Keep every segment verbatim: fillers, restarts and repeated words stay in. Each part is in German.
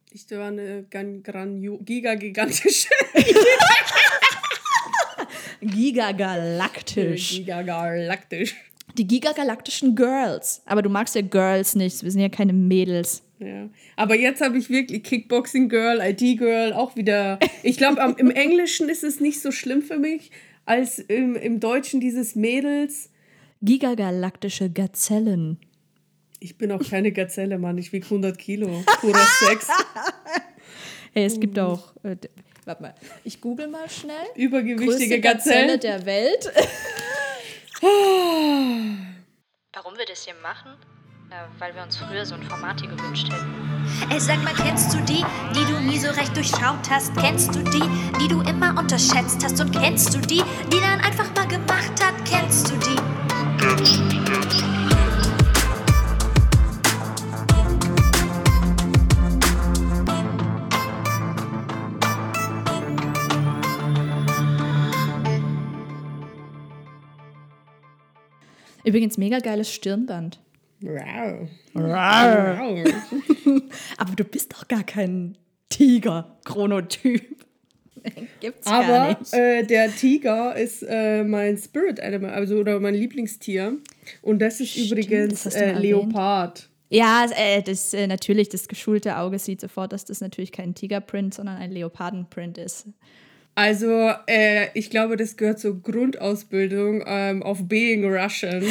Ich war eine gan, gran, gigagigantische. Gigagalaktisch. Gigagalaktisch. Die gigagalaktischen Girls. Aber du magst ja Girls nicht. Wir sind ja keine Mädels. Ja. Aber jetzt habe ich wirklich Kickboxing Girl, I T Girl auch wieder. Ich glaube, im Englischen ist es nicht so schlimm für mich, als im, im Deutschen dieses Mädels. Gigagalaktische Gazellen. Ich bin auch keine Gazelle, Mann. Ich wiege hundert Kilo. Purer Sex. Hey, es gibt auch... Äh, warte mal. Ich google mal schnell. Übergewichtige Größte Gazelle Gazellen. der Welt. Warum wir das hier machen? Ja, weil wir uns früher so ein Format hier gewünscht hätten. Ey, sag mal, kennst du die, die du nie so recht durchschaut hast? Kennst du die, die du immer unterschätzt hast? Und kennst du die, die dann einfach mal gemacht hat? Kennst du die? Übrigens, mega geiles Stirnband. Wow. Aber du bist doch gar kein Tiger-Chronotyp. Gibt's gar Aber nicht. äh, der Tiger ist äh, mein Spirit Animal, also oder mein Lieblingstier. Und das ist Stimmt, übrigens das hast du äh, mal Leopard. Ja, äh, das äh, natürlich, das geschulte Auge sieht sofort, dass das natürlich kein Tigerprint, sondern ein Leopardenprint ist. Also, äh, ich glaube, das gehört zur Grundausbildung ähm, of Being Russian.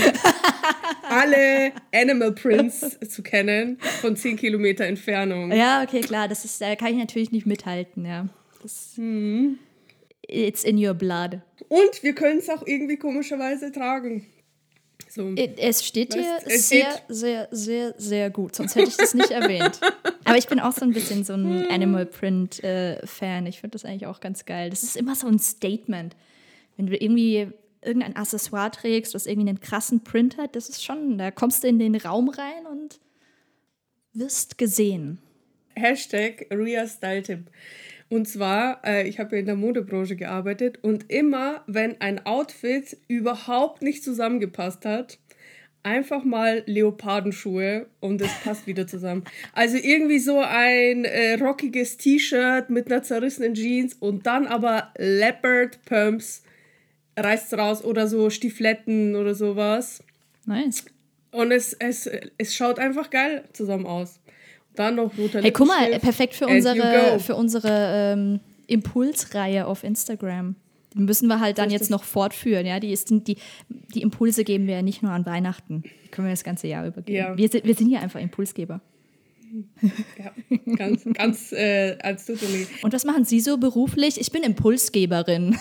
Alle Animal Prints zu kennen von zehn Kilometer Entfernung. Ja, okay, klar, das ist, da kann ich natürlich nicht mithalten, ja. Das, Mhm. It's in your blood. Und wir können es auch irgendwie komischerweise tragen. So. Es steht dir Weißt, es sehr, steht- sehr, sehr, sehr gut. Sonst hätte ich das nicht erwähnt. Aber ich bin auch so ein bisschen so ein Animal Print äh, Fan. Ich finde das eigentlich auch ganz geil. Das ist immer so ein Statement. Wenn du irgendwie irgendein Accessoire trägst, was irgendwie einen krassen Print hat, das ist schon, da kommst du in den Raum rein und wirst gesehen. Hashtag Ria Style Tipp. Und zwar, äh, ich habe ja in der Modebranche gearbeitet und immer, wenn ein Outfit überhaupt nicht zusammengepasst hat, einfach mal Leopardenschuhe und es passt wieder zusammen. Also irgendwie so ein äh, rockiges T-Shirt mit einer zerrissenen Jeans und dann aber Leopard Pumps reißt's raus oder so Stiefeletten oder sowas. Nice. Und es, es, es schaut einfach geil zusammen aus. Dann noch roter Hey, guck mal, Lippenstift. perfekt für And you unsere, go. für unsere ähm, Impulsreihe auf Instagram. Die müssen wir halt dann ist jetzt das? noch fortführen. Ja? Die, ist, die, die Impulse geben wir ja nicht nur an Weihnachten. Die können wir das ganze Jahr übergeben. Ja. Wir, sind, wir sind ja einfach Impulsgeber. Ja, ganz, ganz äh, als totally. Und was machen Sie so beruflich? Ich bin Impulsgeberin.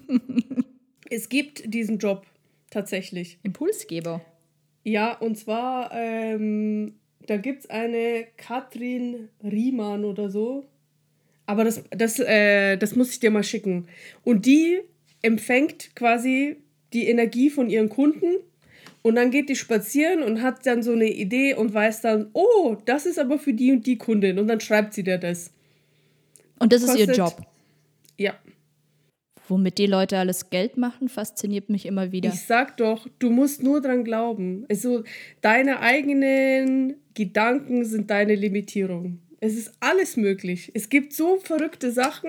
Es gibt diesen Job tatsächlich. Impulsgeber? Ja, und zwar, ähm, da gibt es eine Katrin Riemann oder so. Aber das, das, äh, das muss ich dir mal schicken. Und die empfängt quasi die Energie von ihren Kunden und dann geht die spazieren und hat dann so eine Idee und weiß dann, oh, das ist aber für die und die Kundin. Und dann schreibt sie dir das. Und das ist ihr Kostet- Job. Ja. Womit die Leute alles Geld machen, fasziniert mich immer wieder. Ich sag doch, du musst nur dran glauben. Also, deine eigenen Gedanken sind deine Limitierung. Es ist alles möglich. Es gibt so verrückte Sachen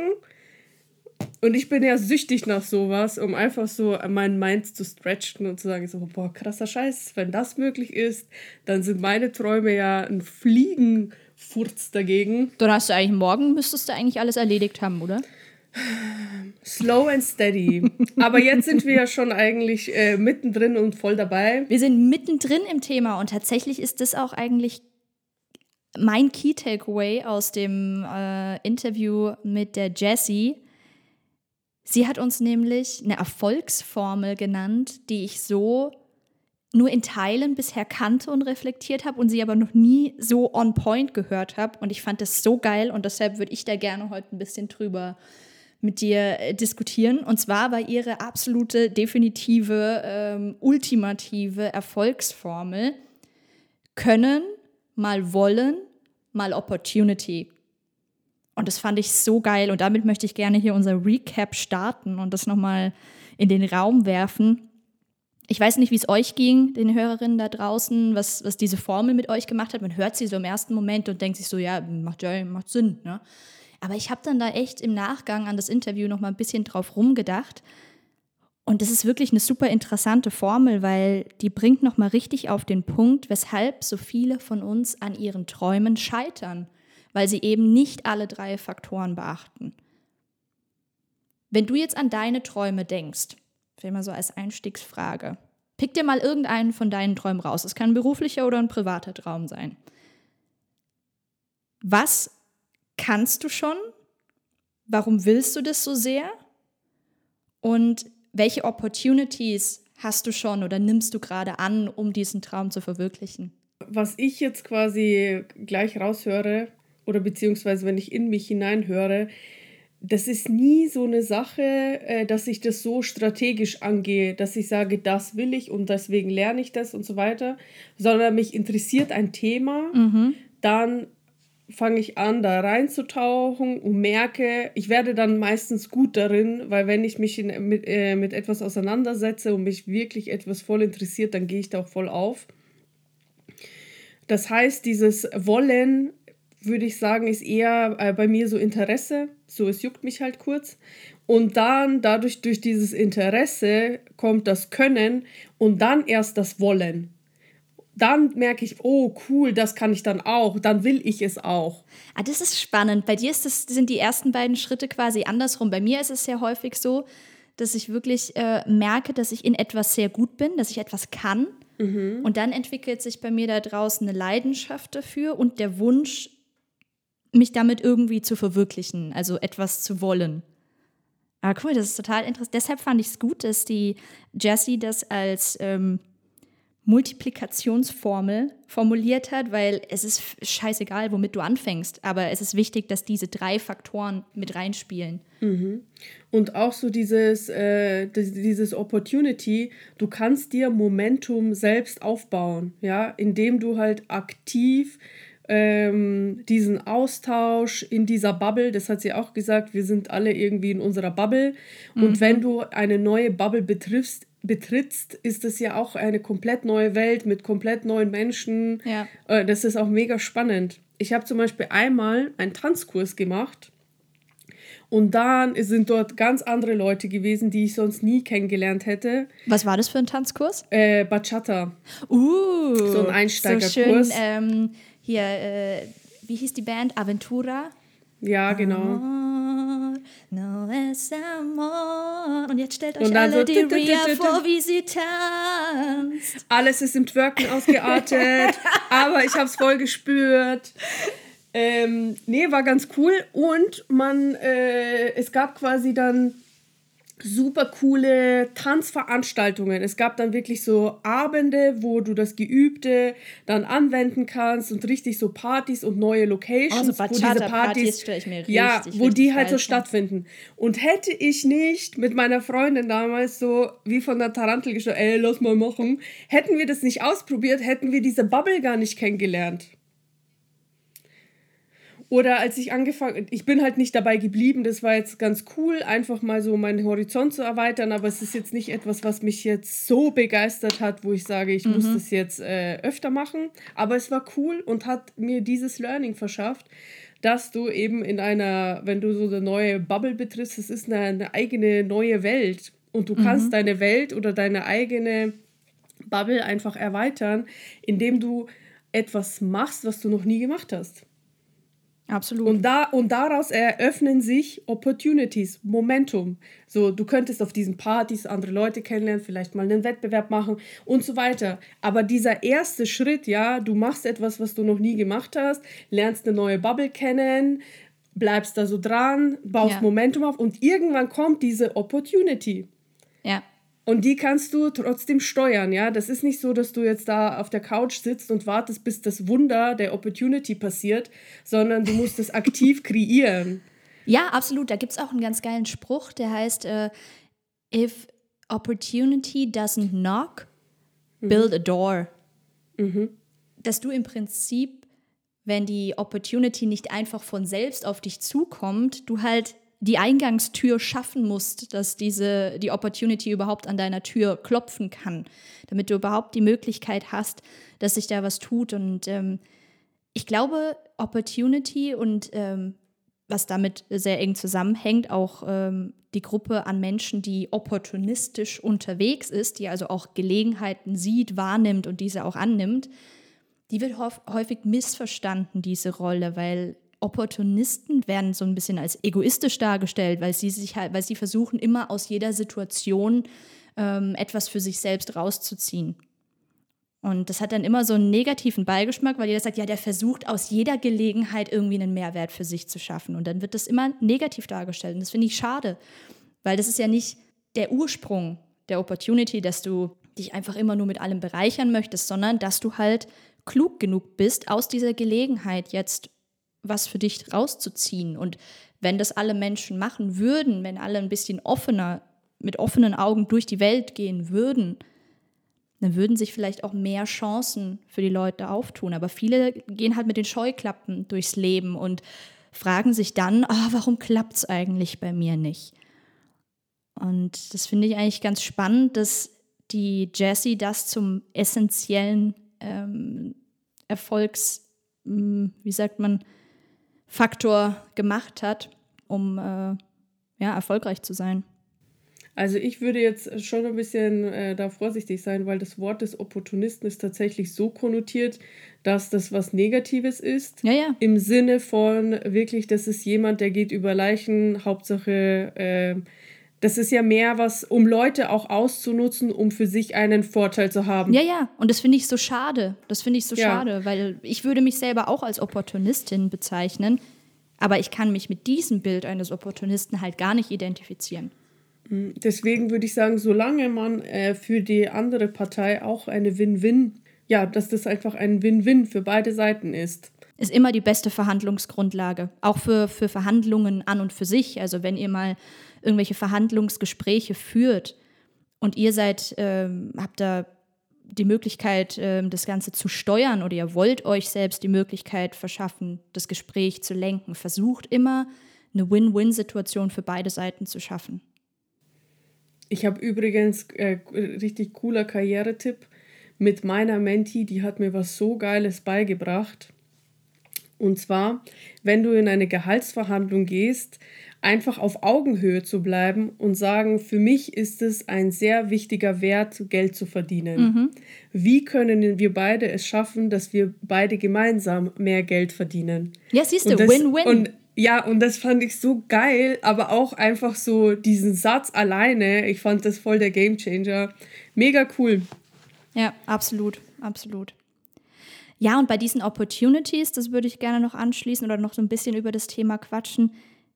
und ich bin ja süchtig nach sowas, um einfach so meinen Mind zu stretchen und zu sagen, so, boah, krasser Scheiß, wenn das möglich ist, dann sind meine Träume ja ein Fliegenfurz dagegen. Dann hast du eigentlich morgen, müsstest du eigentlich alles erledigt haben, oder? Slow and steady. Aber jetzt sind wir ja schon eigentlich äh, mittendrin und voll dabei. Wir sind mittendrin im Thema und tatsächlich ist das auch eigentlich mein Key Takeaway aus dem äh, Interview mit der Jessie. Sie hat uns nämlich eine Erfolgsformel genannt, die ich so nur in Teilen bisher kannte und reflektiert habe und sie aber noch nie so on point gehört habe. Und ich fand das so geil und deshalb würde ich da gerne heute ein bisschen drüber mit dir äh, diskutieren. Und zwar war ihre absolute, definitive, ähm, ultimative Erfolgsformel können, mal wollen, mal Opportunity. Und das fand ich so geil. Und damit möchte ich gerne hier unser Recap starten und das nochmal in den Raum werfen. Ich weiß nicht, wie es euch ging, den Hörerinnen da draußen, was, was diese Formel mit euch gemacht hat. Man hört sie so im ersten Moment und denkt sich so, ja, macht, ja, macht Sinn. Ne? Aber ich habe dann da echt im Nachgang an das Interview noch mal ein bisschen drauf rumgedacht. Und das ist wirklich eine super interessante Formel, weil die bringt noch mal richtig auf den Punkt, weshalb so viele von uns an ihren Träumen scheitern, weil sie eben nicht alle drei Faktoren beachten. Wenn du jetzt an deine Träume denkst, vielleicht mal so als Einstiegsfrage, pick dir mal irgendeinen von deinen Träumen raus. Es kann ein beruflicher oder ein privater Traum sein. Was kannst du schon? Warum willst du das so sehr? Und welche Opportunities hast du schon oder nimmst du gerade an, um diesen Traum zu verwirklichen? Was ich jetzt quasi gleich raushöre oder beziehungsweise wenn ich in mich hineinhöre, das ist nie so eine Sache, dass ich das so strategisch angehe, dass ich sage, das will ich und deswegen lerne ich das und so weiter, sondern mich interessiert ein Thema, mhm. dann fange ich an, da reinzutauchen und merke, ich werde dann meistens gut darin, weil wenn ich mich in, mit, äh, mit etwas auseinandersetze und mich wirklich etwas voll interessiert, dann gehe ich da auch voll auf. Das heißt, dieses Wollen, würde ich sagen, ist eher äh, bei mir so Interesse, so es juckt mich halt kurz. Und dann, dadurch, durch dieses Interesse kommt das Können und dann erst das Wollen. Dann merke ich, oh cool, das kann ich dann auch, dann will ich es auch. Ah, das ist spannend. Bei dir ist das, sind die ersten beiden Schritte quasi andersrum. Bei mir ist es sehr häufig so, dass ich wirklich äh, merke, dass ich in etwas sehr gut bin, dass ich etwas kann. Mhm. Und dann entwickelt sich bei mir da draußen eine Leidenschaft dafür und der Wunsch, mich damit irgendwie zu verwirklichen, also etwas zu wollen. Aber cool, das ist total interessant. Deshalb fand ich es gut, dass die Jessie das als ähm, Multiplikationsformel formuliert hat, weil es ist scheißegal, womit du anfängst, aber es ist wichtig, dass diese drei Faktoren mit reinspielen. Mhm. Und auch so dieses, äh, dieses Opportunity, du kannst dir Momentum selbst aufbauen, ja, indem du halt aktiv ähm, diesen Austausch in dieser Bubble, das hat sie auch gesagt, wir sind alle irgendwie in unserer Bubble mhm. und wenn du eine neue Bubble betriffst, betrittst, ist das ja auch eine komplett neue Welt mit komplett neuen Menschen. Ja. Äh, das ist auch mega spannend. Ich habe zum Beispiel einmal einen Tanzkurs gemacht und dann sind dort ganz andere Leute gewesen, die ich sonst nie kennengelernt hätte. Was war das für ein Tanzkurs? Äh, Bachata. Uh, so ein Einsteigerkurs. So schön, ähm, hier, äh, wie hieß die Band? Aventura? Ja, genau. Amor, no es amor. Und jetzt stellt euch alle so die Ria vor, wie sie tanzt. Alles ist im Twerken ausgeartet, aber ich habe es voll gespürt. Ähm, nee, war ganz cool. Und man, äh, es gab quasi dann super coole Tanzveranstaltungen. Es gab dann wirklich so Abende, wo du das Geübte dann anwenden kannst und richtig so Partys und neue Locations, also wo diese Partys, stelle ich mir richtig, ja, wo richtig die halt so vor. stattfinden. Und hätte ich nicht mit meiner Freundin damals so wie von der Tarantel geschaut, ey, lass mal machen, hätten wir das nicht ausprobiert, hätten wir diese Bubble gar nicht kennengelernt. Oder als ich angefangen, ich bin halt nicht dabei geblieben, das war jetzt ganz cool, einfach mal so meinen Horizont zu erweitern, aber es ist jetzt nicht etwas, was mich jetzt so begeistert hat, wo ich sage, ich mhm. muss das jetzt äh, öfter machen, aber es war cool und hat mir dieses Learning verschafft, dass du eben in einer, wenn du so eine neue Bubble betriffst, es ist eine, eine eigene neue Welt und du mhm. kannst deine Welt oder deine eigene Bubble einfach erweitern, indem du etwas machst, was du noch nie gemacht hast. Absolut. Und, da, und daraus eröffnen sich Opportunities, Momentum. So, du könntest auf diesen Partys andere Leute kennenlernen, vielleicht mal einen Wettbewerb machen und so weiter. Aber dieser erste Schritt, ja, du machst etwas, was du noch nie gemacht hast, lernst eine neue Bubble kennen, bleibst da so dran, baust ja. Momentum auf und irgendwann kommt diese Opportunity. Ja. Und die kannst du trotzdem steuern, ja. Das ist nicht so, dass du jetzt da auf der Couch sitzt und wartest, bis das Wunder der Opportunity passiert, sondern du musst es aktiv kreieren. Ja, absolut. Da gibt es auch einen ganz geilen Spruch, der heißt, uh, if opportunity doesn't knock, build mhm. a door. Mhm. Dass du im Prinzip, wenn die Opportunity nicht einfach von selbst auf dich zukommt, du halt die Eingangstür schaffen musst, dass diese, die Opportunity überhaupt an deiner Tür klopfen kann, damit du überhaupt die Möglichkeit hast, dass sich da was tut. Und ähm, ich glaube, Opportunity und ähm, was damit sehr eng zusammenhängt, auch ähm, die Gruppe an Menschen, die opportunistisch unterwegs ist, die also auch Gelegenheiten sieht, wahrnimmt und diese auch annimmt, die wird häufig missverstanden, diese Rolle, weil Opportunisten werden so ein bisschen als egoistisch dargestellt, weil sie sich halt, weil sie versuchen, immer aus jeder Situation ähm, etwas für sich selbst rauszuziehen. Und das hat dann immer so einen negativen Beigeschmack, weil jeder sagt, ja, der versucht aus jeder Gelegenheit irgendwie einen Mehrwert für sich zu schaffen. Und dann wird das immer negativ dargestellt. Und das finde ich schade, weil das ist ja nicht der Ursprung der Opportunity, dass du dich einfach immer nur mit allem bereichern möchtest, sondern dass du halt klug genug bist, aus dieser Gelegenheit jetzt was für dich rauszuziehen. Und wenn das alle Menschen machen würden, wenn alle ein bisschen offener, mit offenen Augen durch die Welt gehen würden, dann würden sich vielleicht auch mehr Chancen für die Leute auftun. Aber viele gehen halt mit den Scheuklappen durchs Leben und fragen sich dann, ah, warum klappt es eigentlich bei mir nicht? Und das finde ich eigentlich ganz spannend, dass die Jessie das zum essentiellen ähm, Erfolgs, mh, wie sagt man, Faktor gemacht hat, um äh, ja, erfolgreich zu sein. Also ich würde jetzt schon ein bisschen äh, da vorsichtig sein, weil das Wort des Opportunisten ist tatsächlich so konnotiert, dass das was Negatives ist. Ja, ja. Im Sinne von wirklich, das ist jemand, der geht über Leichen, Hauptsache, äh, das ist ja mehr was, um Leute auch auszunutzen, um für sich einen Vorteil zu haben. Ja, ja, und das finde ich so schade. Das finde ich so Ja. schade, weil ich würde mich selber auch als Opportunistin bezeichnen, aber ich kann mich mit diesem Bild eines Opportunisten halt gar nicht identifizieren. Deswegen würde ich sagen, solange man äh, für die andere Partei auch eine Win-Win, ja, dass das einfach ein Win-Win für beide Seiten ist. Ist immer die beste Verhandlungsgrundlage, auch für, für Verhandlungen an und für sich. Also wenn ihr mal irgendwelche Verhandlungsgespräche führt und ihr seid, ähm, habt da die Möglichkeit, ähm, das Ganze zu steuern oder ihr wollt euch selbst die Möglichkeit verschaffen, das Gespräch zu lenken, versucht immer eine Win-Win-Situation für beide Seiten zu schaffen. Ich habe übrigens äh, richtig cooler Karrieretipp mit meiner Menti, die hat mir was so Geiles beigebracht. Und zwar, wenn du in eine Gehaltsverhandlung gehst, einfach auf Augenhöhe zu bleiben und sagen, für mich ist es ein sehr wichtiger Wert, Geld zu verdienen. Mhm. Wie können wir beide es schaffen, dass wir beide gemeinsam mehr Geld verdienen? Ja, siehst du, Win-Win. Und ja, und das fand ich so geil, aber auch einfach so diesen Satz alleine, ich fand das voll der Gamechanger. Mega cool. Ja, absolut, absolut. Ja, und bei diesen Opportunities, das würde ich gerne noch anschließen oder noch so ein bisschen über das Thema quatschen.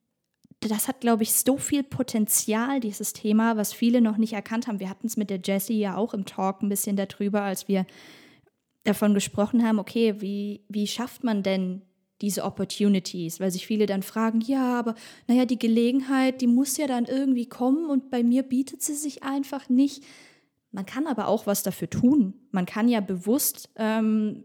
Das hat, glaube ich, so viel Potenzial, dieses Thema, was viele noch nicht erkannt haben. Wir hatten es mit der Jessie ja auch im Talk ein bisschen darüber, als wir davon gesprochen haben, okay, wie, wie schafft man denn diese Opportunities? Weil sich viele dann fragen, ja, aber naja, die Gelegenheit, die muss ja dann irgendwie kommen und bei mir bietet sie sich einfach nicht. Man kann aber auch was dafür tun. Man kann ja bewusst ähm,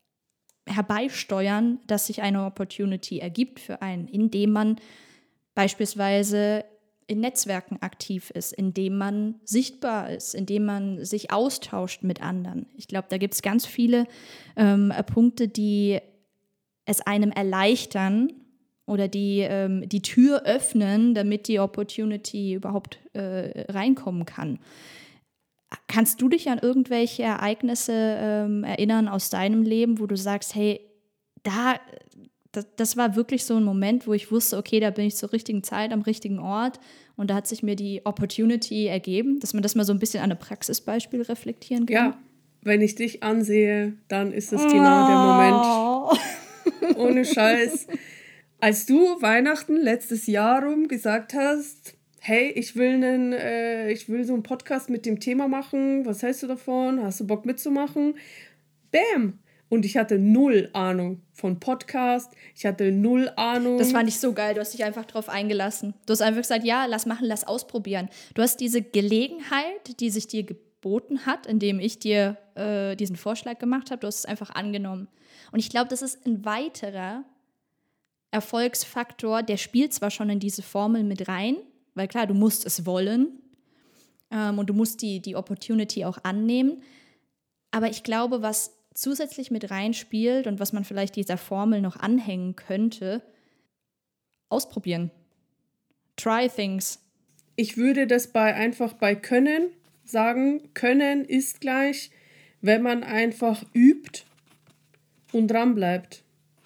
herbeisteuern, dass sich eine Opportunity ergibt für einen, indem man beispielsweise in Netzwerken aktiv ist, indem man sichtbar ist, indem man sich austauscht mit anderen. Ich glaube, da gibt es ganz viele ähm, Punkte, die es einem erleichtern oder die ähm, die Tür öffnen, damit die Opportunity überhaupt äh, reinkommen kann. Kannst du dich an irgendwelche Ereignisse ähm, erinnern aus deinem Leben, wo du sagst, hey, da Das, das war wirklich so ein Moment, wo ich wusste, okay, da bin ich zur richtigen Zeit am richtigen Ort und da hat sich mir die Opportunity ergeben, dass man das mal so ein bisschen an einem Praxisbeispiel reflektieren kann? Ja, wenn ich dich ansehe, dann ist das genau der Moment. Ohne Scheiß. Als du Weihnachten letztes Jahr rum gesagt hast, hey, ich will, einen, äh, ich will so einen Podcast mit dem Thema machen, was hältst du davon? Hast du Bock mitzumachen? Bam! Und ich hatte null Ahnung von Podcast. Ich hatte null Ahnung. Das fand ich so geil. Du hast dich einfach drauf eingelassen. Du hast einfach gesagt, ja, lass machen, lass ausprobieren. Du hast diese Gelegenheit, die sich dir geboten hat, indem ich dir äh, diesen Vorschlag gemacht habe, du hast es einfach angenommen. Und ich glaube, das ist ein weiterer Erfolgsfaktor, der spielt zwar schon in diese Formel mit rein, weil klar, du musst es wollen ähm, und du musst die, die Opportunity auch annehmen, aber ich glaube, was zusätzlich mit reinspielt und was man vielleicht dieser Formel noch anhängen könnte, ausprobieren. Try things. Ich würde das bei einfach bei Können sagen, Können ist gleich, wenn man einfach übt und dran bleibt.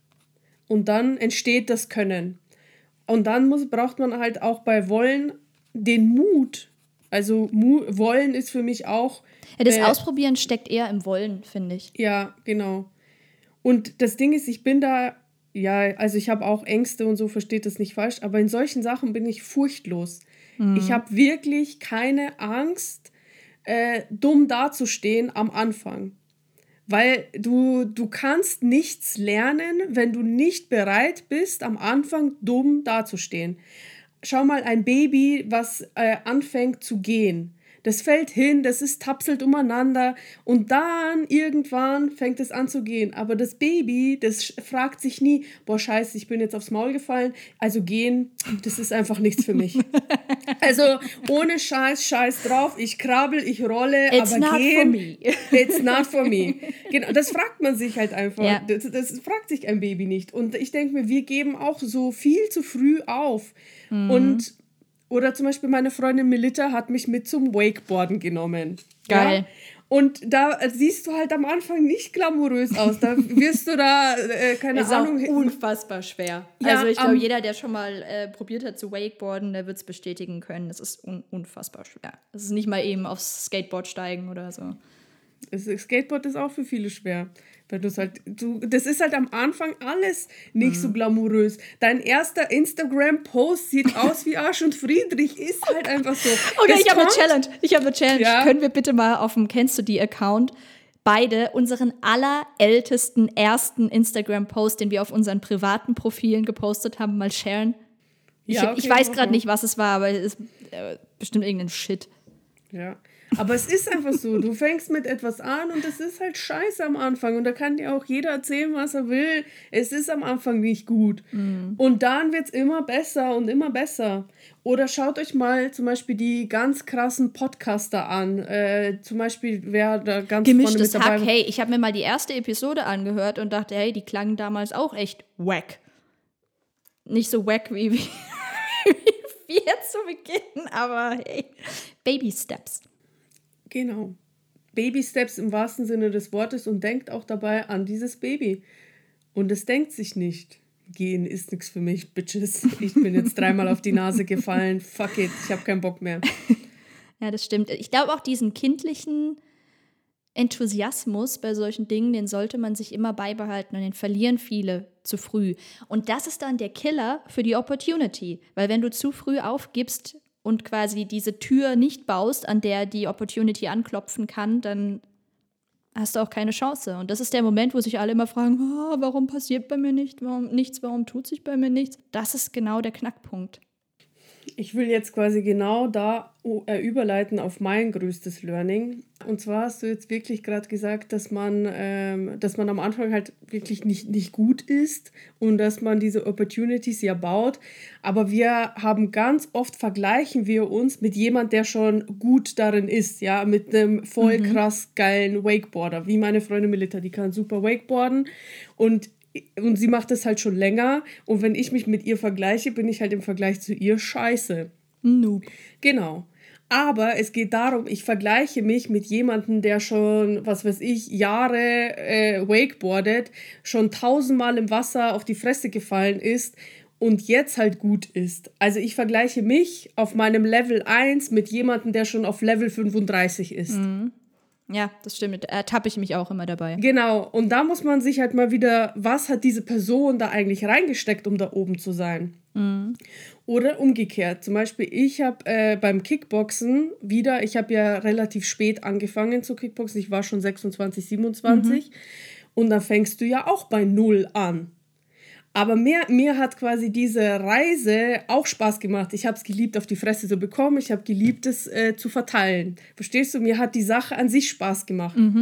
Und dann entsteht das Können. Und dann muss, braucht man halt auch bei Wollen den Mut. Also Mu- Wollen ist für mich auch... Ja, das äh, Ausprobieren steckt eher im Wollen, finde ich. Ja, genau. Und das Ding ist, ich bin da, ja, also ich habe auch Ängste und so, versteht das nicht falsch, aber in solchen Sachen bin ich furchtlos. Mhm. Ich habe wirklich keine Angst, äh, dumm dazustehen am Anfang. Weil du, du kannst nichts lernen, wenn du nicht bereit bist, am Anfang dumm dazustehen. Schau mal, ein Baby, was äh, anfängt zu gehen. Das fällt hin, das ist tapselt umeinander und dann irgendwann fängt es an zu gehen. Aber das Baby, das fragt sich nie, boah, scheiße, ich bin jetzt aufs Maul gefallen, also gehen, das ist einfach nichts für mich. Also ohne Scheiß, Scheiß drauf, ich krabbel, ich rolle, It's aber not gehen, for me. It's not for me. Genau, das fragt man sich halt einfach. Ja. Das, das fragt sich ein Baby nicht. Und ich denke mir, wir geben auch so viel zu früh auf. Mhm. Und Oder zum Beispiel meine Freundin Melita hat mich mit zum Wakeboarden genommen. Geil. Ja? Und da siehst du halt am Anfang nicht glamourös aus. Da wirst du da, äh, keine ist Ahnung... Ist auch unfassbar schwer. Ja, also ich glaube, um, jeder, der schon mal äh, probiert hat zu Wakeboarden, der wird es bestätigen können. Es ist un- unfassbar schwer. Es ist nicht mal eben aufs Skateboard steigen oder so. Das Skateboard ist auch für viele schwer. Weil du halt, du, das ist halt am Anfang alles nicht mhm. so glamourös. Dein erster Instagram-Post sieht aus wie Arsch und Friedrich, ist halt einfach so. Okay, das ich habe eine Challenge. Ich habe eine Challenge. Ja. Können wir bitte mal auf dem Kennst du die Account beide unseren allerältesten ersten Instagram-Post, den wir auf unseren privaten Profilen gepostet haben, mal sharen? Ich, Ja, okay, ich weiß gerade nicht, was es war, aber es ist äh, bestimmt irgendein Shit. Ja, aber es ist einfach so, du fängst mit etwas an und es ist halt scheiße am Anfang und da kann dir auch jeder erzählen, was er will. Es ist am Anfang nicht gut. Mhm. Und dann wird es immer besser und immer besser. Oder schaut euch mal zum Beispiel die ganz krassen Podcaster an. Äh, zum Beispiel, wer da ganz Gemischtes vorne mit dabei Hack, hey, ich habe mir mal die erste Episode angehört und dachte, hey, die klangen damals auch echt wack. Nicht so wack wie, wie, wie jetzt zu Beginn, aber hey, Baby Steps. Genau. Baby Steps im wahrsten Sinne des Wortes und denkt auch dabei an dieses Baby. Und es denkt sich nicht, gehen ist nichts für mich, Bitches. Ich bin jetzt dreimal auf die Nase gefallen. Fuck it, ich habe keinen Bock mehr. Ja, das stimmt. Ich glaube auch diesen kindlichen Enthusiasmus bei solchen Dingen, den sollte man sich immer beibehalten und den verlieren viele zu früh. Und das ist dann der Killer für die Opportunity. Weil wenn du zu früh aufgibst und quasi diese Tür nicht baust, an der die Opportunity anklopfen kann, dann hast du auch keine Chance. Und das ist der Moment, wo sich alle immer fragen, oh, warum passiert bei mir nicht, warum nichts, warum tut sich bei mir nichts? Das ist genau der Knackpunkt. Ich will jetzt quasi genau da äh, überleiten auf mein größtes Learning. Und zwar hast du jetzt wirklich gerade gesagt, dass man, ähm, dass man am Anfang halt wirklich nicht, nicht gut ist und dass man diese Opportunities ja baut. Aber wir haben ganz oft, vergleichen wir uns mit jemand, der schon gut darin ist, ja, mit einem voll mhm. krass geilen Wakeboarder, wie meine Freundin Melita, die kann super Wakeboarden und Und sie macht das halt schon länger. Und wenn ich mich mit ihr vergleiche, bin ich halt im Vergleich zu ihr scheiße. Noob. Genau. Aber es geht darum, ich vergleiche mich mit jemandem, der schon, was weiß ich, Jahre äh, wakeboardet, schon tausendmal im Wasser auf die Fresse gefallen ist und jetzt halt gut ist. Also ich vergleiche mich auf meinem Level eins mit jemandem, der schon auf Level fünfunddreißig ist. Mhm. Ja, das stimmt. Da ertappe ich mich auch immer dabei. Genau. Und da muss man sich halt mal wieder, was hat diese Person da eigentlich reingesteckt, um da oben zu sein? Mhm. Oder umgekehrt. Zum Beispiel, ich habe äh, beim Kickboxen wieder, ich habe ja relativ spät angefangen zu Kickboxen. Ich war schon sechsundzwanzig, siebenundzwanzig. Mhm. Und dann fängst du ja auch bei Null an. Aber mir, mir hat quasi diese Reise auch Spaß gemacht. Ich habe es geliebt, auf die Fresse zu bekommen. Ich habe geliebt, es äh, zu verteilen. Verstehst du? Mir hat die Sache an sich Spaß gemacht. Mhm.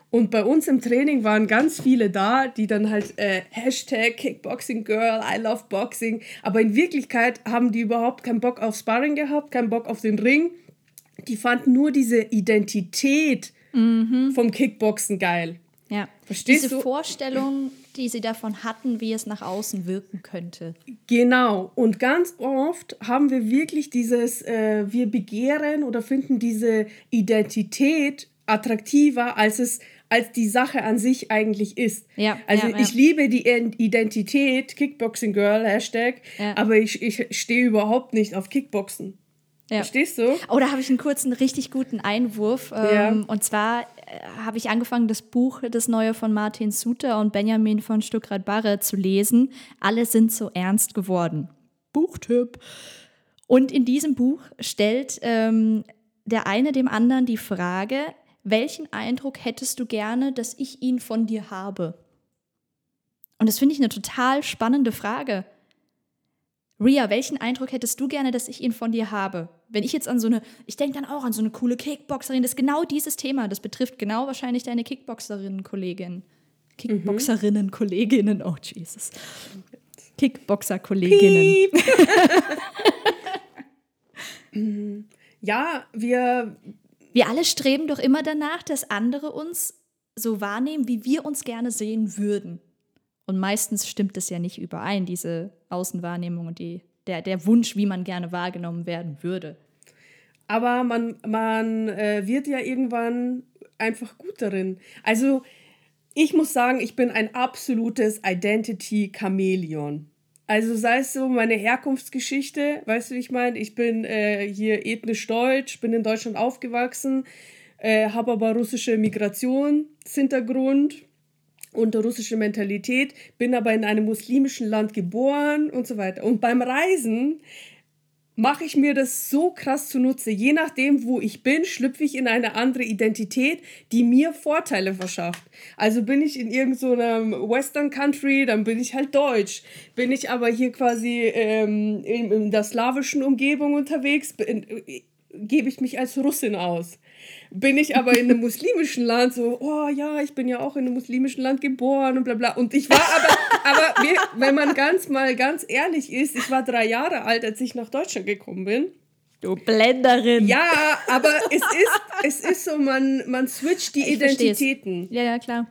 Und bei uns im Training waren ganz viele da, die dann halt äh, Hashtag Kickboxing Girl, I love Boxing. Aber in Wirklichkeit haben die überhaupt keinen Bock auf Sparring gehabt, keinen Bock auf den Ring. Die fanden nur diese Identität mhm. vom Kickboxen geil. Ja, verstehst diese du? Vorstellung, die sie davon hatten, wie es nach außen wirken könnte. Genau. Und ganz oft haben wir wirklich dieses, äh, wir begehren oder finden diese Identität attraktiver, als es als die Sache an sich eigentlich ist. Ja, also ja, ich ja. liebe die Identität, Kickboxing Girl, Hashtag, ja. aber ich, ich stehe überhaupt nicht auf Kickboxen. Ja. Verstehst du? Oh, da habe ich einen kurzen, richtig guten Einwurf. Ja. Ähm, und zwar äh, habe ich angefangen, das Buch, das neue von Martin Suter und Benjamin von Stuckrad-Barre zu lesen. Alle sind so ernst geworden. Buchtipp. Und in diesem Buch stellt ähm, der eine dem anderen die Frage, welchen Eindruck hättest du gerne, dass ich ihn von dir habe? Und das finde ich eine total spannende Frage. Ria, welchen Eindruck hättest du gerne, dass ich ihn von dir habe? Wenn ich jetzt an so eine, ich denke dann auch an so eine coole Kickboxerin, das ist genau dieses Thema, das betrifft genau wahrscheinlich deine Kickboxerinnen-Kollegin. Kickboxerinnen-Kolleginnen, oh Jesus. Kickboxer-Kolleginnen. Ja, wir... Wir alle streben doch immer danach, dass andere uns so wahrnehmen, wie wir uns gerne sehen würden. Und meistens stimmt das ja nicht überein, diese Außenwahrnehmung und die, der, der Wunsch, wie man gerne wahrgenommen werden würde. Aber man, man äh, wird ja irgendwann einfach gut darin. Also ich muss sagen, ich bin ein absolutes Identity-Chamäleon. Also sei es so meine Herkunftsgeschichte, weißt du, wie ich meine? Ich bin äh, hier ethnisch deutsch, bin in Deutschland aufgewachsen, äh, habe aber russische Migrationshintergrund und russische Mentalität, bin aber in einem muslimischen Land geboren und so weiter. Und beim Reisen mache ich mir das so krass zunutze. Je nachdem, wo ich bin, schlüpfe ich in eine andere Identität, die mir Vorteile verschafft. Also bin ich in irgendeinem so Western Country, dann bin ich halt deutsch. Bin ich aber hier quasi ähm, in, in der slawischen Umgebung unterwegs, bin, äh, gebe ich mich als Russin aus. Bin ich aber in einem muslimischen Land so, oh ja, ich bin ja auch in einem muslimischen Land geboren und bla bla. Und ich war aber, aber wir, wenn man ganz mal ganz ehrlich ist, ich war drei Jahre alt, als ich nach Deutschland gekommen bin. Du Blenderin. Ja, aber es ist, es ist so, man, man switcht die Ich Identitäten. versteh's. Ja, ja, klar.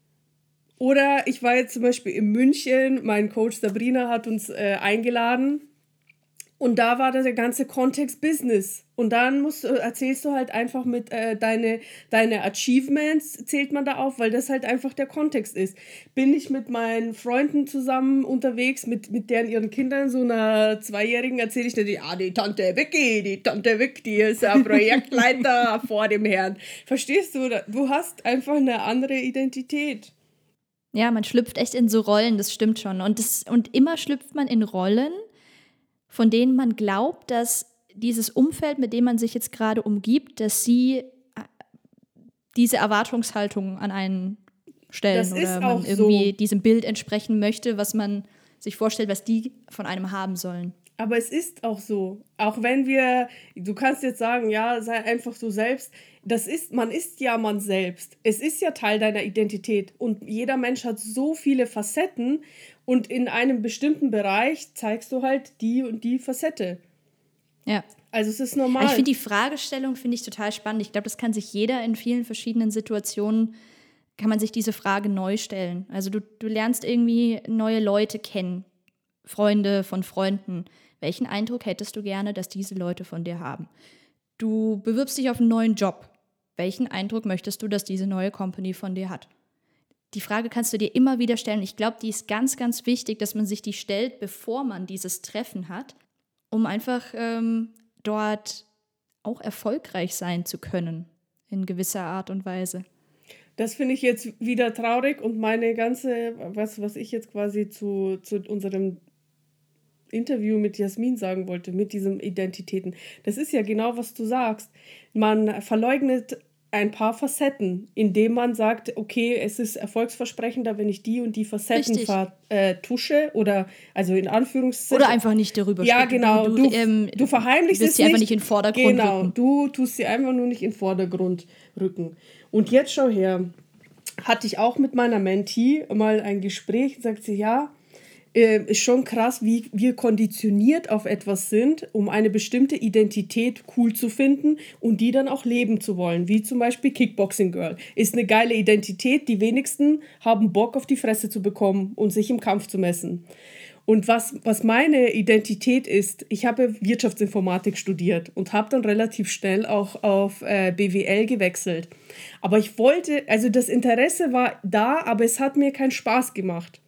Oder ich war jetzt zum Beispiel in München, mein Coach Sabrina hat uns äh, eingeladen. Und da war der ganze Kontext Business. Und dann musst du, erzählst du halt einfach mit äh, deine, deine Achievements, zählt man da auf, weil das halt einfach der Kontext ist. Bin ich mit meinen Freunden zusammen unterwegs, mit, mit deren ihren Kindern, so einer Zweijährigen, erzähle ich dir, ja, die Tante Vicky, die Tante Vicky, die ist ja Projektleiter vor dem Herrn. Verstehst du? Du hast einfach eine andere Identität. Ja, man schlüpft echt in so Rollen, das stimmt schon. Und, das, und immer schlüpft man in Rollen, von denen man glaubt, dass dieses Umfeld, mit dem man sich jetzt gerade umgibt, dass sie diese Erwartungshaltung an einen stellen das oder ist man auch irgendwie so. Diesem Bild entsprechen möchte, was man sich vorstellt, was die von einem haben sollen. Aber es ist auch so. Auch wenn wir, du kannst jetzt sagen, ja, sei einfach so selbst. Das ist, man ist ja man selbst. Es ist ja Teil deiner Identität. Und jeder Mensch hat so viele Facetten. Und in einem bestimmten Bereich zeigst du halt die und die Facette. Ja. Also es ist normal. Ich finde die Fragestellung finde ich total spannend. Ich glaube, das kann sich jeder in vielen verschiedenen Situationen, kann man sich diese Frage neu stellen. Also du, du lernst irgendwie neue Leute kennen, Freunde von Freunden. Welchen Eindruck hättest du gerne, dass diese Leute von dir haben? Du bewirbst dich auf einen neuen Job. Welchen Eindruck möchtest du, dass diese neue Company von dir hat? Die Frage kannst du dir immer wieder stellen. Ich glaube, die ist ganz, ganz wichtig, dass man sich die stellt, bevor man dieses Treffen hat, um einfach ähm, dort auch erfolgreich sein zu können, in gewisser Art und Weise. Das finde ich jetzt wieder traurig und meine ganze, was, was ich jetzt quasi zu, zu unserem Interview mit Jasmin sagen wollte, mit diesen Identitäten. Das ist ja genau, was du sagst. Man verleugnet ein paar Facetten, indem man sagt, okay, es ist erfolgsversprechender, wenn ich die und die Facetten vertusche oder also in Anführungszeichen. Oder einfach nicht darüber ja, sprechen. genau. Du, du, ähm, du verheimlichst es es sie nicht. einfach nicht in den Vordergrund genau, rücken. du tust sie einfach nur nicht in den Vordergrund rücken. Und jetzt schau her, hatte ich auch mit meiner Mentee mal ein Gespräch, sagt sie, ja, äh, ist schon krass, wie wir konditioniert auf etwas sind, um eine bestimmte Identität cool zu finden und die dann auch leben zu wollen, wie zum Beispiel Kickboxing Girl. Ist eine geile Identität, die wenigsten haben Bock auf die Fresse zu bekommen und sich im Kampf zu messen. Und was, was meine Identität ist, ich habe Wirtschaftsinformatik studiert und habe dann relativ schnell auch auf äh, B W L gewechselt. Aber ich wollte, also das Interesse war da, aber es hat mir keinen Spaß gemacht.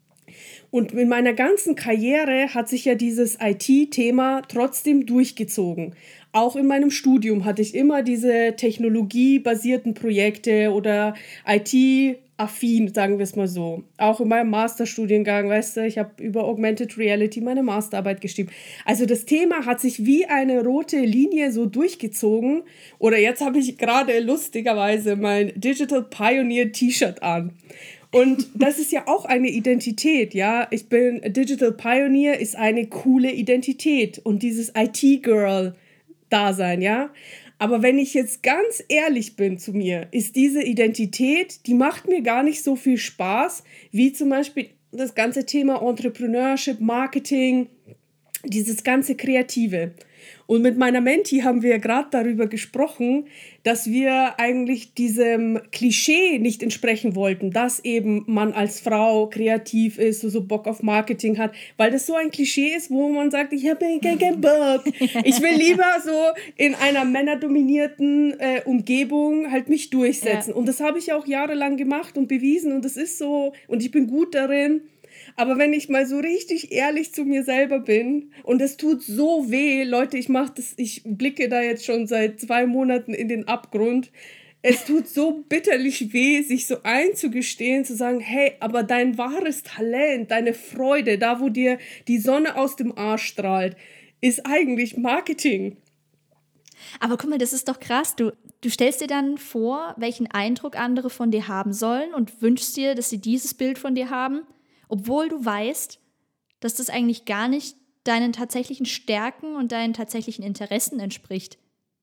Und in meiner ganzen Karriere hat sich ja dieses I T-Thema trotzdem durchgezogen. Auch in meinem Studium hatte ich immer diese technologiebasierten Projekte oder I T-affin, sagen wir es mal so. Auch in meinem Masterstudiengang, weißt du, ich habe über Augmented Reality meine Masterarbeit geschrieben. Also das Thema hat sich wie eine rote Linie so durchgezogen. Oder jetzt habe ich gerade lustigerweise mein Digital Pioneer T-Shirt an. Und das ist ja auch eine Identität, ja. Ich bin Digital Pioneer, ist eine coole Identität und dieses I T-Girl-Dasein, ja. Aber wenn ich jetzt ganz ehrlich bin zu mir, ist diese Identität, die macht mir gar nicht so viel Spaß, wie zum Beispiel das ganze Thema Entrepreneurship, Marketing, dieses ganze Kreative. Und mit meiner Mentee haben wir gerade darüber gesprochen, dass wir eigentlich diesem Klischee nicht entsprechen wollten, dass eben man als Frau kreativ ist, so, so Bock auf Marketing hat, weil das so ein Klischee ist, wo man sagt, ich habe keinen Bock. Ich will lieber so in einer männerdominierten äh, Umgebung halt mich durchsetzen. Ja. Und das habe ich auch jahrelang gemacht und bewiesen und das ist so und ich bin gut darin. Aber wenn ich mal so richtig ehrlich zu mir selber bin und es tut so weh, Leute, ich mach das, ich blicke da jetzt schon seit zwei Monaten in den Abgrund. Es tut so bitterlich weh, sich so einzugestehen, zu sagen, hey, aber dein wahres Talent, deine Freude, da wo dir die Sonne aus dem Arsch strahlt, ist eigentlich Marketing. Aber guck mal, das ist doch krass. Du, du stellst dir dann vor, welchen Eindruck andere von dir haben sollen und wünschst dir, dass sie dieses Bild von dir haben. Obwohl du weißt, dass das eigentlich gar nicht deinen tatsächlichen Stärken und deinen tatsächlichen Interessen entspricht.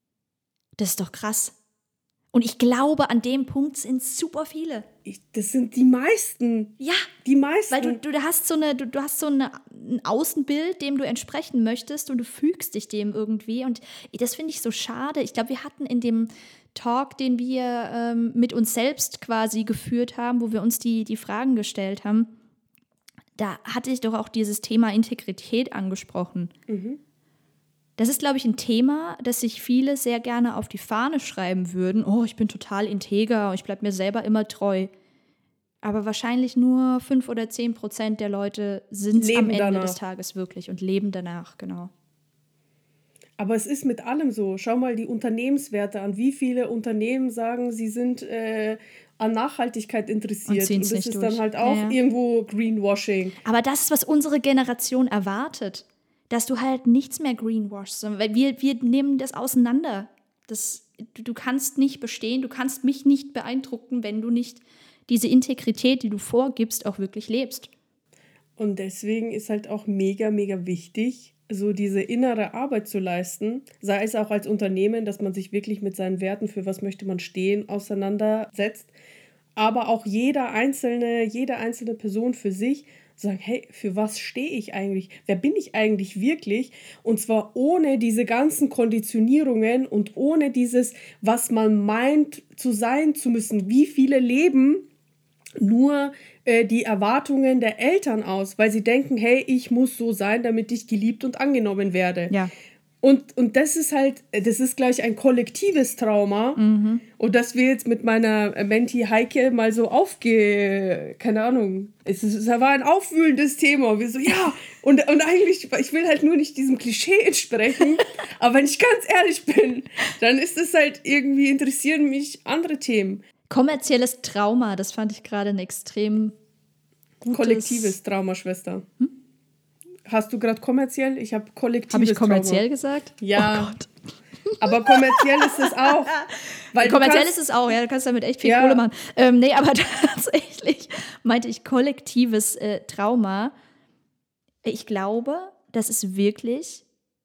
Das ist doch krass. Und ich glaube, an dem Punkt sind super viele. Ich, das sind die meisten. Ja, die meisten. Weil du, du hast so, eine, du, du hast so eine, ein Außenbild, dem du entsprechen möchtest und du fügst dich dem irgendwie. Und das finde ich so schade. Ich glaube, wir hatten in dem Talk, den wir ähm, mit uns selbst quasi geführt haben, wo wir uns die, die Fragen gestellt haben, da hatte ich doch auch dieses Thema Integrität angesprochen. Mhm. Das ist, glaube ich, ein Thema, das sich viele sehr gerne auf die Fahne schreiben würden. Oh, ich bin total integer und ich bleibe mir selber immer treu. Aber wahrscheinlich nur fünf oder zehn Prozent der Leute sind es am Ende danach. des Tages wirklich und leben danach, genau. Aber es ist mit allem so. Schau mal die Unternehmenswerte an. Wie viele Unternehmen sagen, sie sind äh, an Nachhaltigkeit interessiert. Und, und das ist durch. Dann halt auch ja, ja. irgendwo Greenwashing. Aber das ist, was unsere Generation erwartet. Dass du halt nichts mehr greenwashst. Weil wir, wir nehmen das auseinander. Das, du, du kannst nicht bestehen, du kannst mich nicht beeindrucken, wenn du nicht diese Integrität, die du vorgibst, auch wirklich lebst. Und deswegen ist halt auch mega, mega wichtig, so diese innere Arbeit zu leisten, sei es auch als Unternehmen, dass man sich wirklich mit seinen Werten, für was möchte man stehen, auseinandersetzt, aber auch jeder einzelne, jede einzelne Person für sich sagen, hey, für was stehe ich eigentlich? Wer bin ich eigentlich wirklich? Und zwar ohne diese ganzen Konditionierungen und ohne dieses, was man meint zu sein zu müssen. Wie viele leben nur äh, die Erwartungen der Eltern aus, weil sie denken, hey, ich muss so sein, damit ich geliebt und angenommen werde. Ja. Und, und das ist halt, das ist gleich ein kollektives Trauma. Mhm. Und das wir jetzt mit meiner Mentee Heike mal so aufge... Keine Ahnung. Es, ist, es war ein aufwühlendes Thema. Und wir so, ja. Und, und eigentlich, ich will halt nur nicht diesem Klischee entsprechen. Aber wenn ich ganz ehrlich bin, dann ist es halt irgendwie, interessieren mich andere Themen. Kommerzielles Trauma, das fand ich gerade ein extrem gutes... Kollektives Trauma, Schwester. Hm? Hast du gerade kommerziell? Ich habe kollektives Trauma. Habe ich kommerziell Trauma. gesagt? Ja. Oh Gott. Aber kommerziell ist es auch. Weil kommerziell kannst, ist es auch, ja, du kannst damit echt viel ja. Kohle machen. Ähm, nee, aber tatsächlich meinte ich kollektives äh, Trauma. Ich glaube, das ist wirklich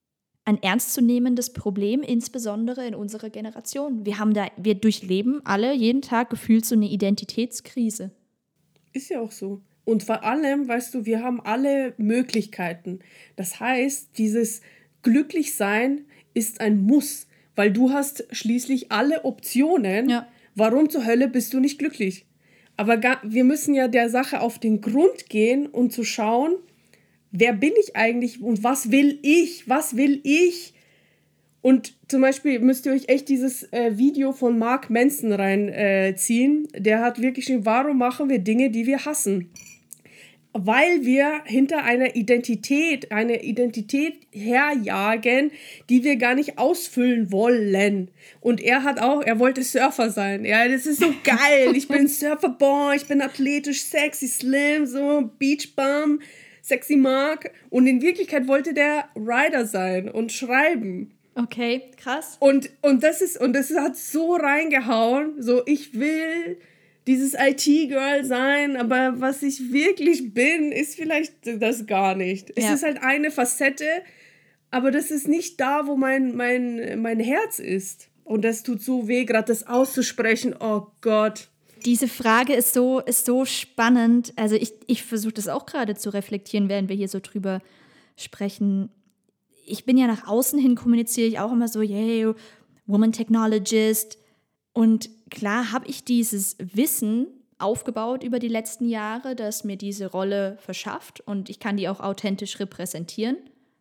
ein ernstzunehmendes Problem, insbesondere in unserer Generation. Wir haben da, wir durchleben alle jeden Tag gefühlt so eine Identitätskrise. Ist ja auch so. Und vor allem, weißt du, wir haben alle Möglichkeiten. Das heißt, dieses Glücklichsein ist ein Muss, weil du hast schließlich alle Optionen. Ja. Warum zur Hölle bist du nicht glücklich? Aber ga- wir müssen ja der Sache auf den Grund gehen und zu schauen, wer bin ich eigentlich und was will ich? Was will ich? Und zum Beispiel müsst ihr euch echt dieses äh, Video von Mark Manson reinziehen. Äh, Der hat wirklich geschrieben, warum machen wir Dinge, die wir hassen? Weil wir hinter einer Identität, eine Identität herjagen, die wir gar nicht ausfüllen wollen. Und er hat auch, er wollte Surfer sein. Ja, das ist so geil. Ich bin Surferboy, ich bin athletisch, sexy, slim, so Beachbum, sexy Mark. Und in Wirklichkeit wollte der Writer sein und schreiben. Okay, krass. Und, und das ist, und das hat so reingehauen, so ich will dieses I T-Girl sein, aber was ich wirklich bin, ist vielleicht das gar nicht. Es Ja. ist halt eine Facette, aber das ist nicht da, wo mein, mein, mein Herz ist. Und das tut so weh, gerade das auszusprechen. Oh Gott. Diese Frage ist so, ist so spannend. Also ich, ich versuche das auch gerade zu reflektieren, während wir hier so drüber sprechen. Ich bin ja nach außen hin, kommuniziere ich auch immer so, yay, Woman Technologist. Und klar habe ich dieses Wissen aufgebaut über die letzten Jahre, das mir diese Rolle verschafft und ich kann die auch authentisch repräsentieren.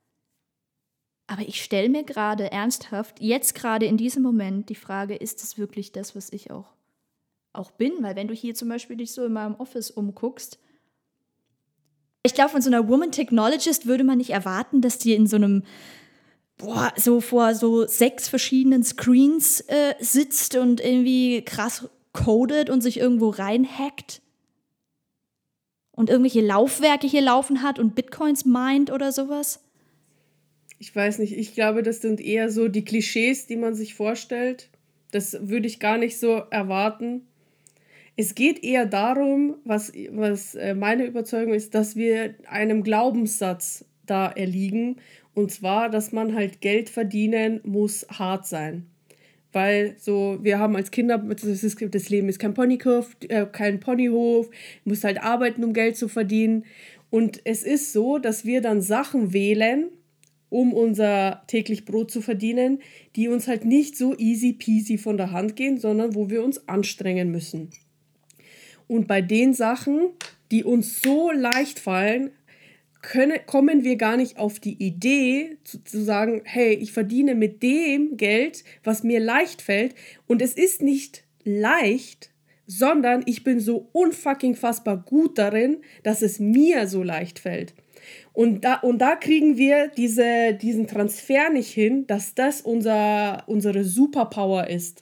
Aber ich stelle mir gerade ernsthaft, jetzt gerade in diesem Moment, die Frage, ist es wirklich das, was ich auch, auch bin? Weil wenn du hier zum Beispiel dich so in meinem Office umguckst, ich glaube, von so einer Woman Technologist würde man nicht erwarten, dass die in so einem boah, so vor so sechs verschiedenen Screens äh, sitzt und irgendwie krass codet und sich irgendwo reinhackt und irgendwelche Laufwerke hier laufen hat und Bitcoins meint oder sowas. Ich weiß nicht, ich glaube, das sind eher so die Klischees, die man sich vorstellt. Das würde ich gar nicht so erwarten. Es geht eher darum, was, was meine Überzeugung ist, dass wir einem Glaubenssatz da erliegen. Und zwar, dass man halt Geld verdienen muss hart sein. Weil so, wir haben als Kinder, das, ist, das Leben ist kein Ponyhof, äh, kein Ponyhof, du musst halt arbeiten, um Geld zu verdienen. Und es ist so, dass wir dann Sachen wählen, um unser täglich Brot zu verdienen, die uns halt nicht so easy peasy von der Hand gehen, sondern wo wir uns anstrengen müssen. Und bei den Sachen, die uns so leicht fallen, Können, kommen wir gar nicht auf die Idee zu, zu sagen, hey, ich verdiene mit dem Geld, was mir leicht fällt. Und es ist nicht leicht, sondern ich bin so unfucking fassbar gut darin, dass es mir so leicht fällt. Und da, und da kriegen wir diese, diesen Transfer nicht hin, dass das unser, unsere Superpower ist.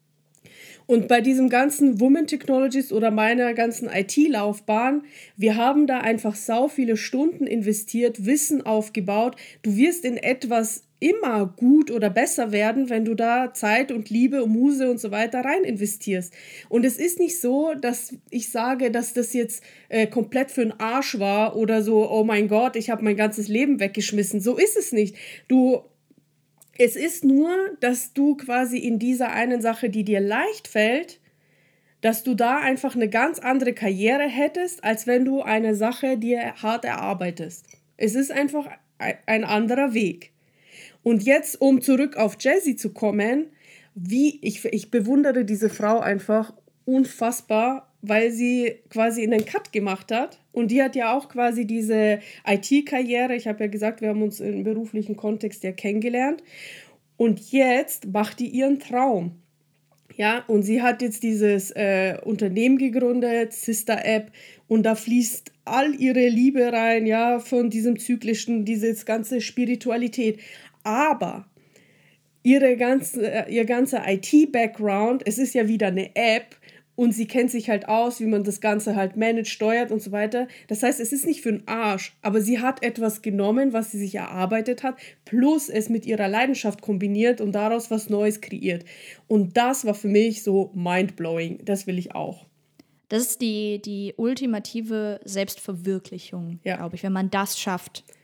Und bei diesem ganzen Woman Technologies oder meiner ganzen I T-Laufbahn, wir haben da einfach sau viele Stunden investiert, Wissen aufgebaut. Du wirst in etwas immer gut oder besser werden, wenn du da Zeit und Liebe und Muse und so weiter rein investierst. Und es ist nicht so, dass ich sage, dass das jetzt äh, komplett für den Arsch war oder so, oh mein Gott, ich habe mein ganzes Leben weggeschmissen. So ist es nicht. Du Es ist nur, dass du quasi in dieser einen Sache, die dir leicht fällt, dass du da einfach eine ganz andere Karriere hättest, als wenn du eine Sache dir hart erarbeitest. Es ist einfach ein anderer Weg. Und jetzt, um zurück auf Jessie zu kommen, wie ich, ich bewundere diese Frau einfach unfassbar, weil sie quasi einen Cut gemacht hat. Und die hat ja auch quasi diese I T-Karriere. Ich habe ja gesagt, wir haben uns im beruflichen Kontext ja kennengelernt. Und jetzt macht die ihren Traum. Ja, und sie hat jetzt dieses äh, Unternehmen gegründet, Sister App. Und da fließt all ihre Liebe rein, ja, von diesem zyklischen, diese ganze Spiritualität. Aber ihre ganze, ihr ganzer I T-Background, es ist ja wieder eine App, und sie kennt sich halt aus, wie man das Ganze halt managt, steuert und so weiter. Das heißt, es ist nicht für den Arsch, aber sie hat etwas genommen, was sie sich erarbeitet hat, plus es mit ihrer Leidenschaft kombiniert und daraus was Neues kreiert. Und das war für mich so mindblowing. Das will ich auch. Das ist die, die ultimative Selbstverwirklichung, Ja. glaube ich, wenn man das schafft.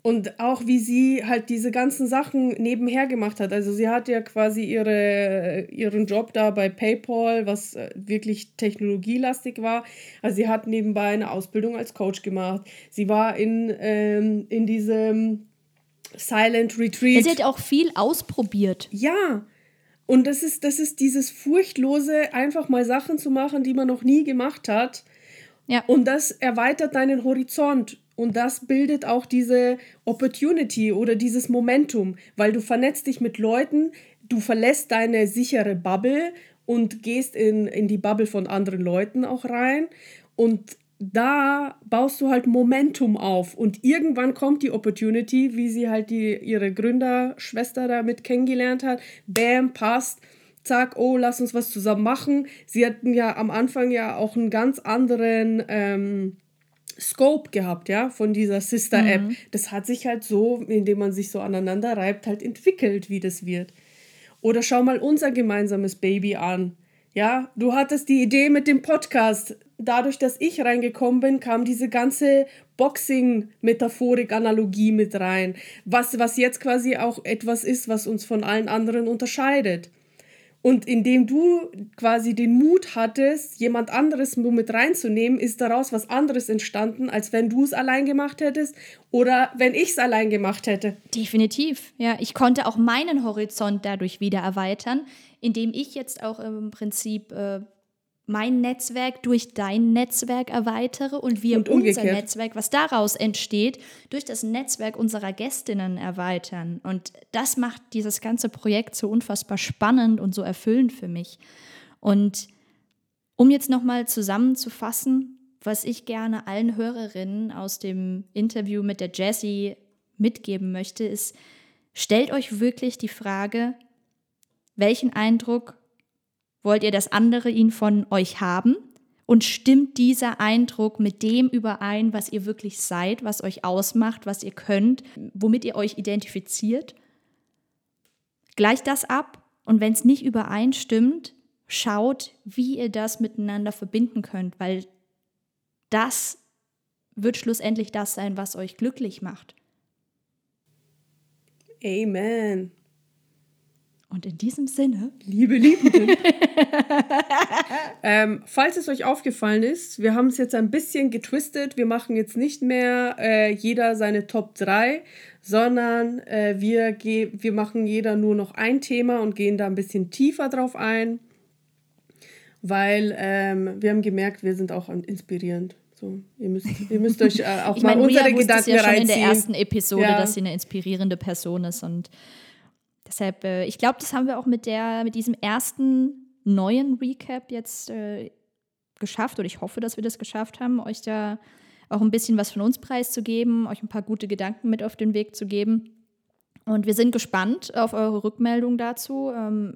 Und auch wie sie halt diese ganzen Sachen nebenher gemacht hat. Also sie hat ja quasi ihre, ihren Job da bei PayPal, was äh, wirklich technologielastig war. Also sie hat nebenbei eine Ausbildung als Coach gemacht. Sie war in, ähm, in diesem Silent Retreat. Sie hat auch viel ausprobiert. Ja, und das ist, das ist dieses furchtlose, einfach mal Sachen zu machen, die man noch nie gemacht hat. Ja. Und das erweitert deinen Horizont. Und das bildet auch diese Opportunity oder dieses Momentum, weil du vernetzt dich mit Leuten, du verlässt deine sichere Bubble und gehst in, in die Bubble von anderen Leuten auch rein. Und da baust du halt Momentum auf. Und irgendwann kommt die Opportunity, wie sie halt die, ihre Gründerschwester damit kennengelernt hat. Bam, passt. Zack, oh, lass uns was zusammen machen. Sie hatten ja am Anfang ja auch einen ganz anderen ähm, Scope gehabt, ja, von dieser Sister-App. Mhm. Das hat sich halt so, indem man sich so aneinander reibt, halt entwickelt, wie das wird. Oder schau mal unser gemeinsames Baby an. Ja, du hattest die Idee mit dem Podcast. Dadurch, dass ich reingekommen bin, kam diese ganze Boxing-Metaphorik-Analogie mit rein. Was, was jetzt quasi auch etwas ist, was uns von allen anderen unterscheidet. Und indem du quasi den Mut hattest, jemand anderes nur mit reinzunehmen, ist daraus was anderes entstanden, als wenn du es allein gemacht hättest oder wenn ich es allein gemacht hätte. Definitiv, ja. Ich konnte auch meinen Horizont dadurch wieder erweitern, indem ich jetzt auch im Prinzip äh, mein Netzwerk durch dein Netzwerk erweitere und wir und unser Netzwerk, was daraus entsteht, durch das Netzwerk unserer Gästinnen erweitern. Und das macht dieses ganze Projekt so unfassbar spannend und so erfüllend für mich. Und um jetzt nochmal zusammenzufassen, was ich gerne allen Hörerinnen aus dem Interview mit der Jessie mitgeben möchte, ist, stellt euch wirklich die Frage, welchen Eindruck wollt ihr, dass andere ihn von euch haben? Und stimmt dieser Eindruck mit dem überein, was ihr wirklich seid, was euch ausmacht, was ihr könnt, womit ihr euch identifiziert? Gleicht das ab und wenn es nicht übereinstimmt, schaut, wie ihr das miteinander verbinden könnt, weil das wird schlussendlich das sein, was euch glücklich macht. Amen. Und in diesem Sinne, liebe Liebenden, ähm, falls es euch aufgefallen ist, wir haben es jetzt ein bisschen getwistet. Wir machen jetzt nicht mehr äh, jeder seine Top drei, sondern äh, wir, ge- wir machen jeder nur noch ein Thema und gehen da ein bisschen tiefer drauf ein, weil ähm, wir haben gemerkt, wir sind auch inspirierend. So, ihr müsst, ihr müsst euch äh, auch ich mal mein, unsere Gedanken reinziehen. Ich meine, Ria wusste es ja schon in der ersten Episode, ja. dass sie eine inspirierende Person ist und deshalb, äh, ich glaube, das haben wir auch mit, der, mit diesem ersten neuen Recap jetzt äh, geschafft. Oder ich hoffe, dass wir das geschafft haben, euch da auch ein bisschen was von uns preiszugeben, euch ein paar gute Gedanken mit auf den Weg zu geben. Und wir sind gespannt auf eure Rückmeldung dazu. Ähm,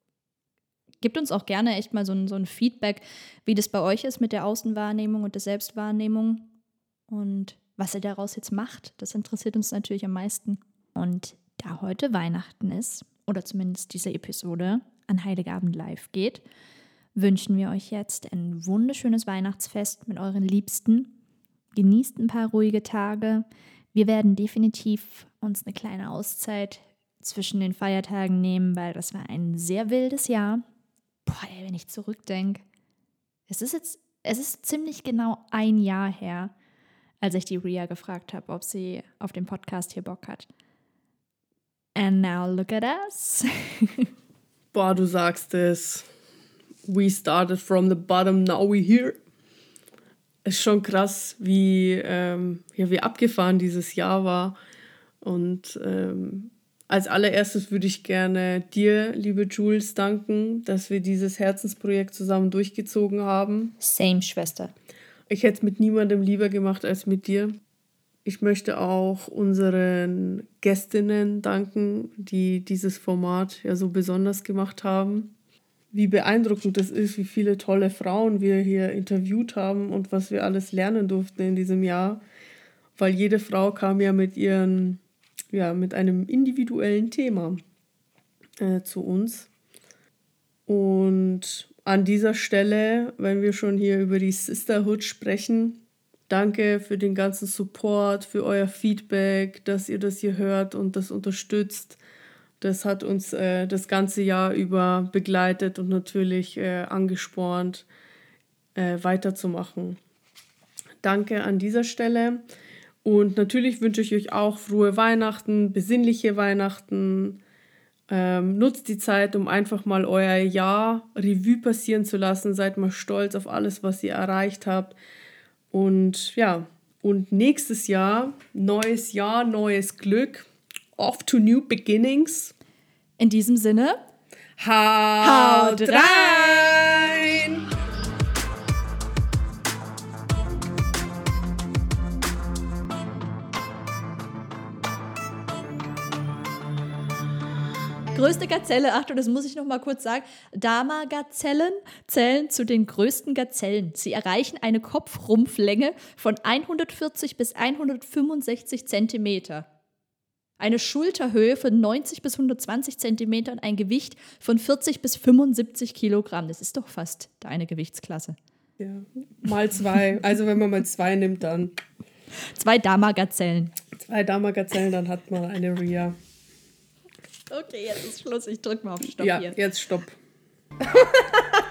gebt uns auch gerne echt mal so ein, so ein Feedback, wie das bei euch ist mit der Außenwahrnehmung und der Selbstwahrnehmung. Und was ihr daraus jetzt macht, das interessiert uns natürlich am meisten. Und da heute Weihnachten ist, oder zumindest diese Episode an Heiligabend live geht, wünschen wir euch jetzt ein wunderschönes Weihnachtsfest mit euren Liebsten. Genießt ein paar ruhige Tage. Wir werden definitiv uns eine kleine Auszeit zwischen den Feiertagen nehmen, weil das war ein sehr wildes Jahr. Boah, ey, wenn ich zurückdenke, es ist jetzt, es ist ziemlich genau ein Jahr her, als ich die Ria gefragt habe, ob sie auf den Podcast hier Bock hat. And now look at us. Boah, du sagst es. We started from the bottom, now we're here. Ist schon krass, wie, ähm, ja, wie abgefahren dieses Jahr war. Und ähm, als allererstes würde ich gerne dir, liebe Jules, danken, dass wir dieses Herzensprojekt zusammen durchgezogen haben. Same, Schwester. Ich hätte es mit niemandem lieber gemacht als mit dir. Ich möchte auch unseren Gästinnen danken, die dieses Format ja so besonders gemacht haben. Wie beeindruckend es ist, wie viele tolle Frauen wir hier interviewt haben und was wir alles lernen durften in diesem Jahr. Weil jede Frau kam ja mit ihren, ja, mit einem individuellen Thema äh, zu uns. Und an dieser Stelle, wenn wir schon hier über die Sisterhood sprechen, Danke für den ganzen Support, für euer Feedback, dass ihr das hier hört und das unterstützt. Das hat uns äh, das ganze Jahr über begleitet und natürlich äh, angespornt, äh, weiterzumachen. Danke an dieser Stelle. Und natürlich wünsche ich euch auch frohe Weihnachten, besinnliche Weihnachten. Ähm, nutzt die Zeit, um einfach mal euer Jahr Revue passieren zu lassen. Seid mal stolz auf alles, was ihr erreicht habt. Und ja, und nächstes Jahr, neues Jahr, neues Glück. Off to new beginnings. In diesem Sinne, haut rein! Größte Gazelle, Achtung, das muss ich noch mal kurz sagen. Dama-Gazellen zählen zu den größten Gazellen. Sie erreichen eine Kopfrumpflänge von hundertvierzig bis hundertfünfundsechzig Zentimeter. Eine Schulterhöhe von neunzig bis hundertzwanzig Zentimeter und ein Gewicht von vierzig bis fünfundsiebzig Kilogramm. Das ist doch fast deine Gewichtsklasse. Ja, mal zwei. Also wenn man mal zwei nimmt, dann. Zwei Dama-Gazellen. Zwei Dama-Gazellen, dann hat man eine Rhea. Okay, jetzt ist Schluss. Ich drück mal auf Stopp ja, hier. Ja, jetzt Stopp.